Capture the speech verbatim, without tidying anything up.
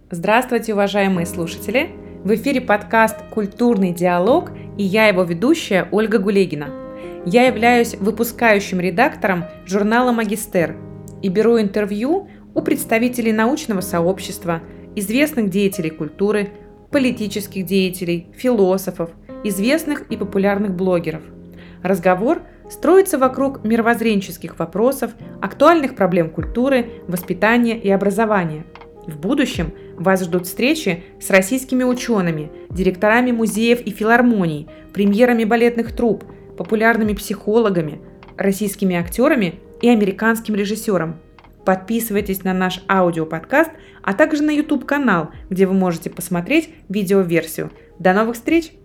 Здравствуйте, уважаемые слушатели! В эфире подкаст «Культурный диалог» и я его ведущая Ольга Гулегина. Я являюсь выпускающим редактором журнала «Магистер» и беру интервью у представителей научного сообщества, известных деятелей культуры, политических деятелей, философов, известных и популярных блогеров. Разговор строится вокруг мировоззренческих вопросов, актуальных проблем культуры, воспитания и образования. В будущем вас ждут встречи с российскими учеными, директорами музеев и филармоний, премьерами балетных труп, популярными психологами, российскими актерами и американским режиссером. Подписывайтесь на наш аудиоподкаст, а также на YouTube-канал, где вы можете посмотреть видеоверсию. До новых встреч!